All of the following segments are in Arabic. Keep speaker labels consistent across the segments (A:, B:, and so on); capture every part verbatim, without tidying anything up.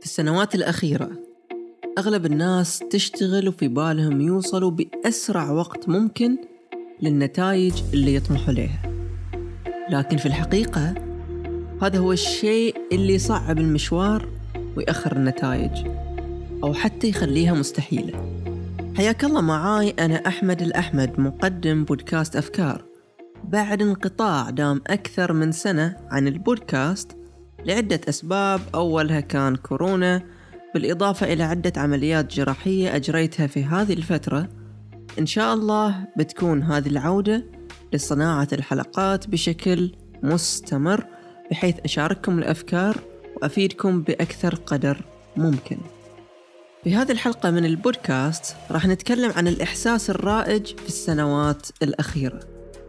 A: السنوات الأخيرة أغلب الناس تشتغل وفي بالهم يوصلوا بأسرع وقت ممكن للنتائج اللي يطمحوا لها، لكن في الحقيقة هذا هو الشيء اللي يصعب المشوار ويأخر النتائج أو حتى يخليها مستحيلة. حياك الله معاي، أنا أحمد الأحمد، مقدم بودكاست أفكار. بعد انقطاع دام أكثر من سنة عن البودكاست لعدة أسباب، أولها كان كورونا، بالإضافة إلى عدة عمليات جراحية أجريتها في هذه الفترة. إن شاء الله بتكون هذه العودة لصناعة الحلقات بشكل مستمر، بحيث أشارككم الأفكار وأفيدكم بأكثر قدر ممكن. في هذه الحلقة من البودكاست راح نتكلم عن الإحساس الرائج في السنوات الأخيرة،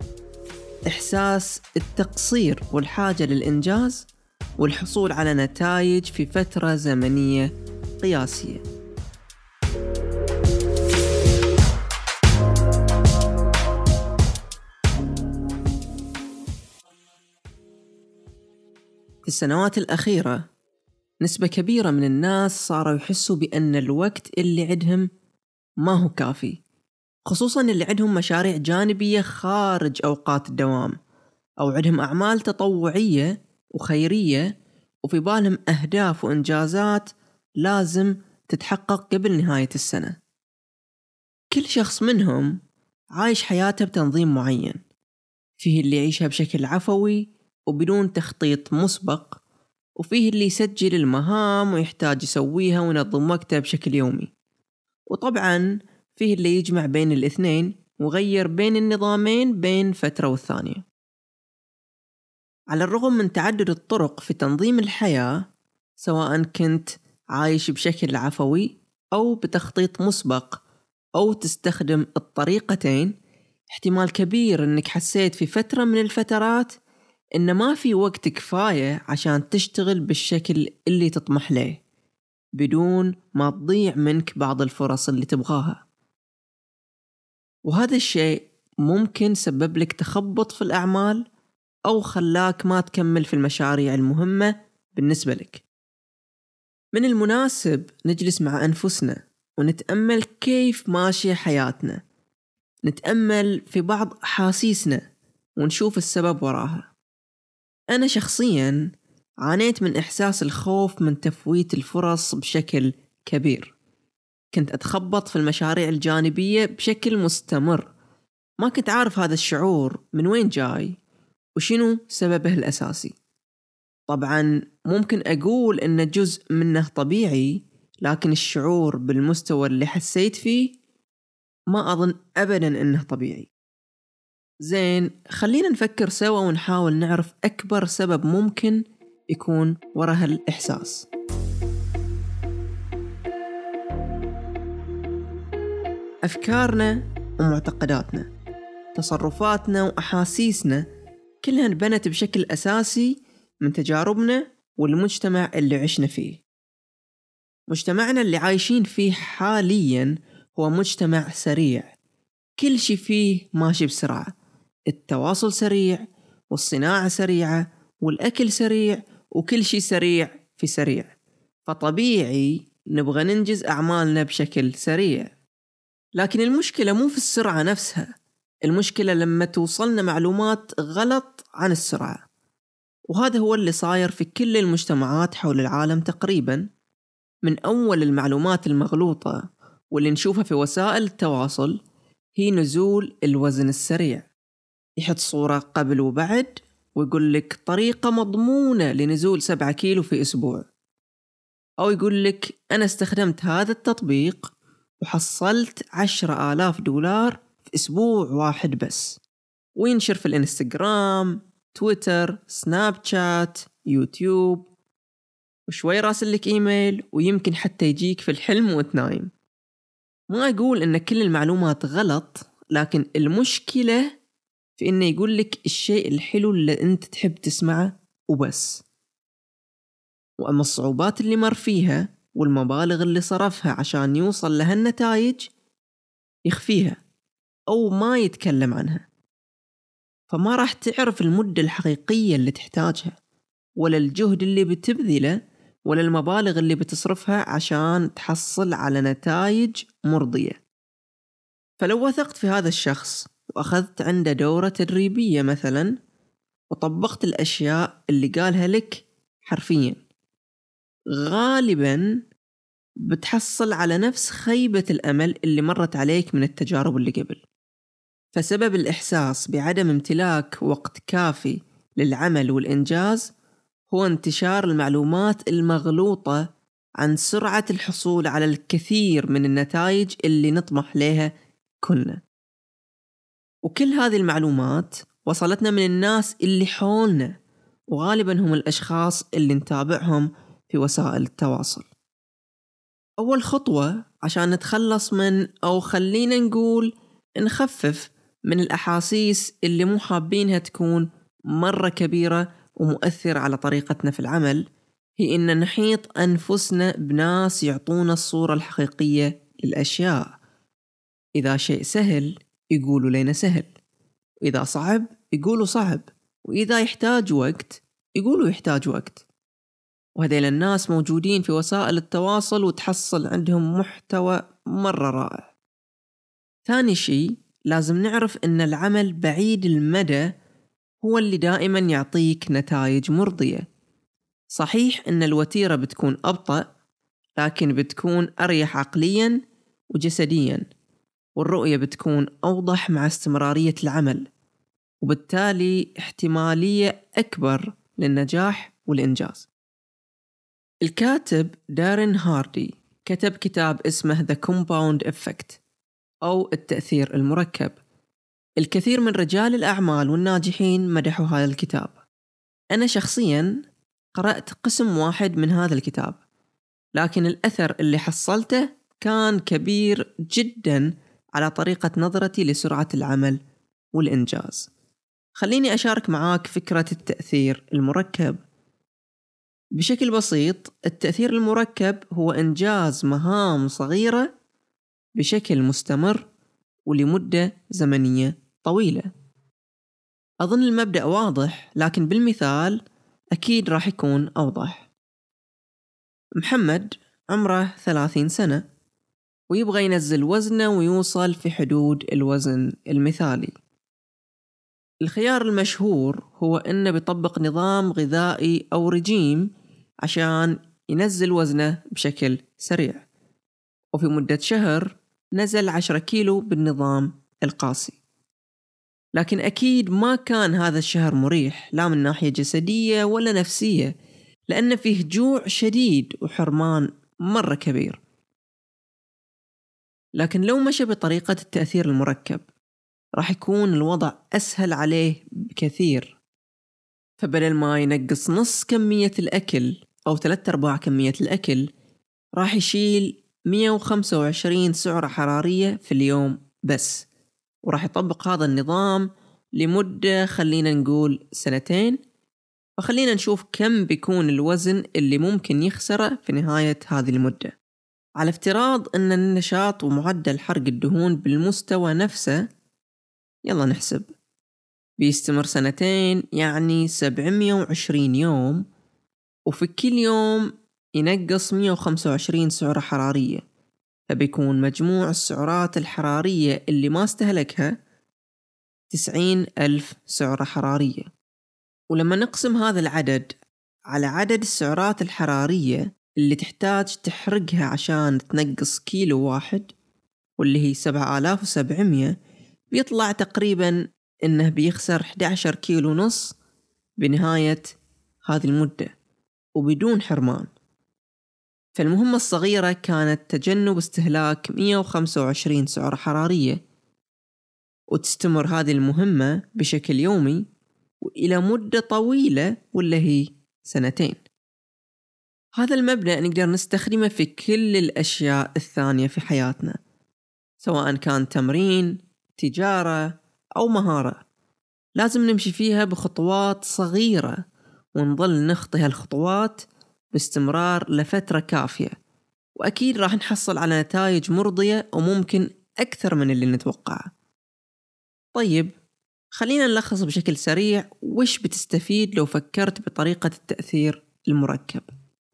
A: إحساس التقصير والحاجة للإنجاز والحصول على نتائج في فترة زمنية قياسية. في السنوات الأخيرة نسبة كبيرة من الناس صاروا يحسوا بأن الوقت اللي عندهم ما هو كافي، خصوصاً اللي عندهم مشاريع جانبية خارج أوقات الدوام، أو عندهم أعمال تطوعية وخيرية وفي بالهم أهداف وإنجازات لازم تتحقق قبل نهاية السنة. كل شخص منهم عايش حياته بتنظيم معين، فيه اللي يعيشها بشكل عفوي وبدون تخطيط مسبق، وفيه اللي يسجل المهام ويحتاج يسويها وينظم وقته بشكل يومي، وطبعاً فيه اللي يجمع بين الاثنين وغير بين النظامين بين فترة والثانية. على الرغم من تعدد الطرق في تنظيم الحياة، سواء كنت عايش بشكل عفوي أو بتخطيط مسبق أو تستخدم الطريقتين، احتمال كبير أنك حسيت في فترة من الفترات إن ما في وقت كفاية عشان تشتغل بالشكل اللي تطمح له، بدون ما تضيع منك بعض الفرص اللي تبغاها. وهذا الشيء ممكن سبب لك تخبط في الأعمال أو خلاك ما تكمل في المشاريع المهمة بالنسبة لك. من المناسب نجلس مع أنفسنا ونتأمل كيف ماشية حياتنا، نتأمل في بعض أحاسيسنا ونشوف السبب وراها. أنا شخصياً عانيت من إحساس الخوف من تفويت الفرص بشكل كبير، كنت أتخبط في المشاريع الجانبية بشكل مستمر، ما كنت عارف هذا الشعور من وين جاي وشنو سببه الأساسي. طبعاً ممكن أقول إن جزء منه طبيعي، لكن الشعور بالمستوى اللي حسيت فيه ما أظن أبداً إنه طبيعي. زين، خلينا نفكر سوا ونحاول نعرف أكبر سبب ممكن يكون وراء هالإحساس. أفكارنا ومعتقداتنا، تصرفاتنا وأحاسيسنا كلها انبنت بشكل أساسي من تجاربنا والمجتمع اللي عشنا فيه. مجتمعنا اللي عايشين فيه حالياً هو مجتمع سريع، كل شيء فيه ماشي بسرعة، التواصل سريع والصناعة سريعة والأكل سريع وكل شيء سريع في سريع، فطبيعي نبغى ننجز أعمالنا بشكل سريع. لكن المشكلة مو في السرعة نفسها، المشكلة لما توصلنا معلومات غلط عن السرعة، وهذا هو اللي صاير في كل المجتمعات حول العالم تقريبا. من أول المعلومات المغلوطة واللي نشوفها في وسائل التواصل هي نزول الوزن السريع، يحط صورة قبل وبعد ويقول لك طريقة مضمونة لنزول سبعة كيلو في أسبوع، أو يقول لك أنا استخدمت هذا التطبيق وحصلت عشرة آلاف دولار في أسبوع واحد بس، وينشر في الانستغرام، تويتر، سناب شات، يوتيوب، وشوي راسل لك إيميل، ويمكن حتى يجيك في الحلم وتنايم. ما أقول إن كل المعلومات غلط، لكن المشكلة في إنه يقول لك الشيء الحلو اللي أنت تحب تسمعه وبس، وأما الصعوبات اللي مر فيها والمبالغ اللي صرفها عشان يوصل لها النتائج يخفيها أو ما يتكلم عنها، فما راح تعرف المدة الحقيقية اللي تحتاجها ولا الجهد اللي بتبذله ولا المبالغ اللي بتصرفها عشان تحصل على نتائج مرضية. فلو وثقت في هذا الشخص وأخذت عنده دورة تدريبية مثلا وطبقت الأشياء اللي قالها لك حرفيا، غالبا بتحصل على نفس خيبة الأمل اللي مرت عليك من التجارب اللي قبل. فسبب الإحساس بعدم امتلاك وقت كافي للعمل والإنجاز هو انتشار المعلومات المغلوطة عن سرعة الحصول على الكثير من النتائج اللي نطمح لها كلنا. وكل هذه المعلومات وصلتنا من الناس اللي حولنا، وغالبا هم الأشخاص اللي نتابعهم في وسائل التواصل. أول خطوة عشان نتخلص من أو خلينا نقول نخفف من الأحاسيس اللي مو حابينها تكون مرة كبيرة ومؤثرة على طريقتنا في العمل هي إن نحيط أنفسنا بناس يعطونا الصورة الحقيقية للأشياء. إذا شيء سهل يقولوا لنا سهل، وإذا صعب يقولوا صعب، وإذا يحتاج وقت يقولوا يحتاج وقت. وهذيل الناس موجودين في وسائل التواصل وتحصل عندهم محتوى مرة رائع. ثاني شيء لازم نعرف إن العمل بعيد المدى هو اللي دائما يعطيك نتائج مرضية. صحيح إن الوتيرة بتكون أبطأ، لكن بتكون أريح عقليا وجسديا، والرؤية بتكون أوضح مع استمرارية العمل، وبالتالي احتمالية أكبر للنجاح والإنجاز. الكاتب دارين هاردي كتب كتاب اسمه The Compound Effect أو التأثير المركب. الكثير من رجال الأعمال والناجحين مدحوا هذا الكتاب. أنا شخصياً قرأت قسم واحد من هذا الكتاب، لكن الأثر اللي حصلته كان كبير جداً على طريقة نظرتي لسرعة العمل والإنجاز. خليني أشارك معاك فكرة التأثير المركب. بشكل بسيط، التأثير المركب هو إنجاز مهام صغيرة بشكل مستمر ولمدة زمنية طويلة. أظن المبدأ واضح، لكن بالمثال أكيد راح يكون أوضح. محمد عمره ثلاثين سنة ويبغى ينزل وزنه ويوصل في حدود الوزن المثالي. الخيار المشهور هو إنه بيطبق نظام غذائي أو رجيم عشان ينزل وزنه بشكل سريع، وفي مدة شهر نزل عشرة كيلو بالنظام القاسي. لكن أكيد ما كان هذا الشهر مريح، لا من ناحية جسدية ولا نفسية، لأن فيه جوع شديد وحرمان مرة كبير. لكن لو مشى بطريقة التأثير المركب راح يكون الوضع أسهل عليه بكثير. فبدل ما ينقص نص كمية الأكل أو ثلاثة أرباع كمية الأكل، راح يشيل مية وخمسة وعشرين سعرة حرارية في اليوم بس، وراح يطبق هذا النظام لمدة خلينا نقول سنتين. وخلينا نشوف كم بيكون الوزن اللي ممكن يخسره في نهاية هذه المدة. على افتراض أن النشاط ومعدل حرق الدهون بالمستوى نفسه، يلا نحسب، بيستمر سنتين يعني سبعمية وعشرين يوم، وفي كل يوم ينقص مية وخمسة وعشرين سعرة حرارية، فبيكون مجموع السعرات الحرارية اللي ما استهلكها تسعين ألف سعرة حرارية. ولما نقسم هذا العدد على عدد السعرات الحرارية اللي تحتاج تحرقها عشان تنقص كيلو واحد، واللي هي سبعة آلاف وسبعمية، بيطلع تقريبا إنه بيخسر أحد عشر كيلو ونص بنهاية هذه المدة وبدون حرمان. فالمهمة الصغيرة كانت تجنب استهلاك مية وخمسة وعشرين سعرة حرارية، وتستمر هذه المهمة بشكل يومي وإلى مدة طويلة واللي هي سنتين. هذا المبدأ نقدر نستخدمه في كل الأشياء الثانية في حياتنا، سواء كان تمرين، تجارة أو مهارة. لازم نمشي فيها بخطوات صغيرة ونظل نخطي هالخطوات باستمرار لفترة كافية، وأكيد راح نحصل على نتائج مرضية وممكن أكثر من اللي نتوقعه. طيب خلينا نلخص بشكل سريع وش بتستفيد لو فكرت بطريقة التأثير المركب.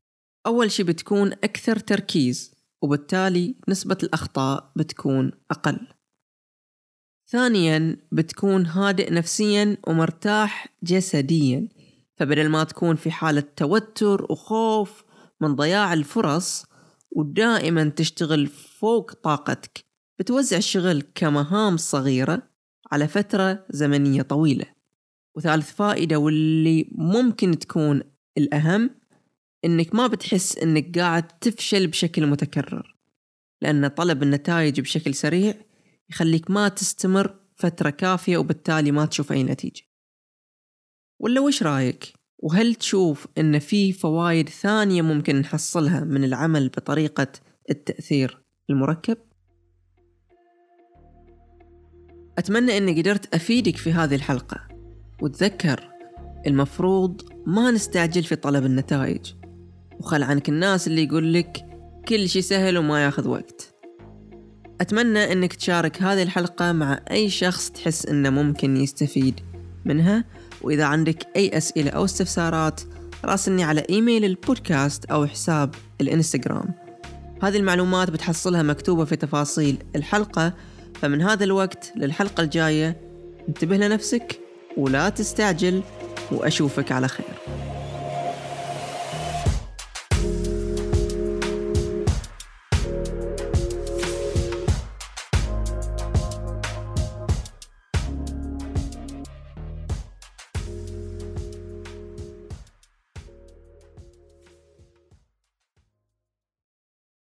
A: أول شي بتكون أكثر تركيز، وبالتالي نسبة الأخطاء بتكون أقل. ثانياً بتكون هادئ نفسياً ومرتاح جسدياً، فبدل ما تكون في حالة توتر وخوف من ضياع الفرص ودائماً تشتغل فوق طاقتك، بتوزع الشغل كمهام صغيرة على فترة زمنية طويلة. وثالث فائدة واللي ممكن تكون الأهم، إنك ما بتحس إنك قاعد تفشل بشكل متكرر، لأن طلب النتائج بشكل سريع يخليك ما تستمر فترة كافية وبالتالي ما تشوف أي نتيجة. ولا وش رأيك؟ وهل تشوف إن في فوائد ثانية ممكن نحصلها من العمل بطريقة التأثير المركب؟ أتمنى أني قدرت أفيدك في هذه الحلقة، وتذكر المفروض ما نستعجل في طلب النتائج، وخل عنك الناس اللي يقول لك كل شيء سهل وما ياخذ وقت. أتمنى أنك تشارك هذه الحلقة مع أي شخص تحس أنه ممكن يستفيد منها، وإذا عندك أي أسئلة أو استفسارات راسلني على إيميل البودكاست أو حساب الإنستغرام. هذه المعلومات بتحصلها مكتوبة في تفاصيل الحلقة، فمن هذا الوقت للحلقة الجاية انتبه لنفسك ولا تستعجل، وأشوفك على خير.